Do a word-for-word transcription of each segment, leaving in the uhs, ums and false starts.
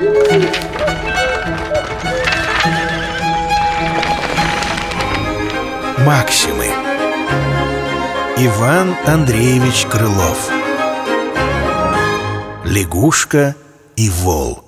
Максимы. Иван Андреевич Крылов. Лягушка и вол.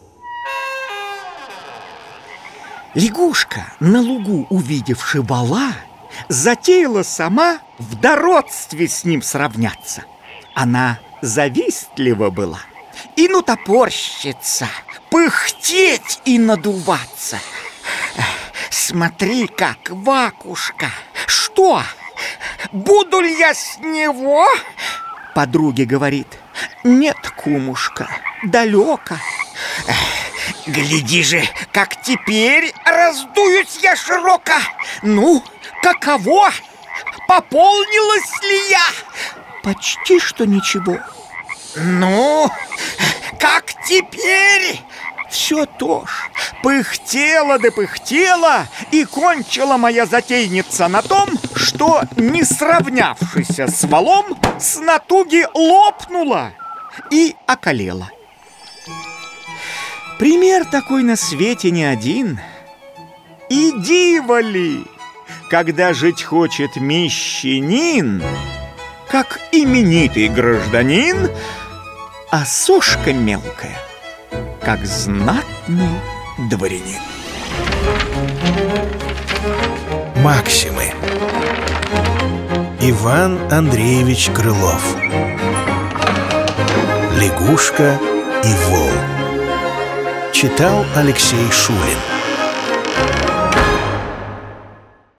Лягушка, на лугу увидевши вола, затеяла сама в дородстве с ним сравняться. Она завистлива была и ну топорщится, пыхтеть и надуваться. Смотри, как вакушка. Что? Буду ли я с него? Подруге говорит: нет, кумушка, далеко. Гляди же, как теперь раздуюсь я широко. Ну, каково? Пополнилась ли я? Почти что ничего. Ну, как теперь? Все то ж. Пыхтела да пыхтела, и кончила моя затейница на том, что, не сравнявшись с валом, с натуги лопнула и околела. Пример такой на свете не один. И диво ли, когда жить хочет мещанин, как именитый гражданин, а сошка мелкая, как знатный дворянин. Максимы. Иван Андреевич Крылов. Лягушка и вол. Читал Алексей Шулин.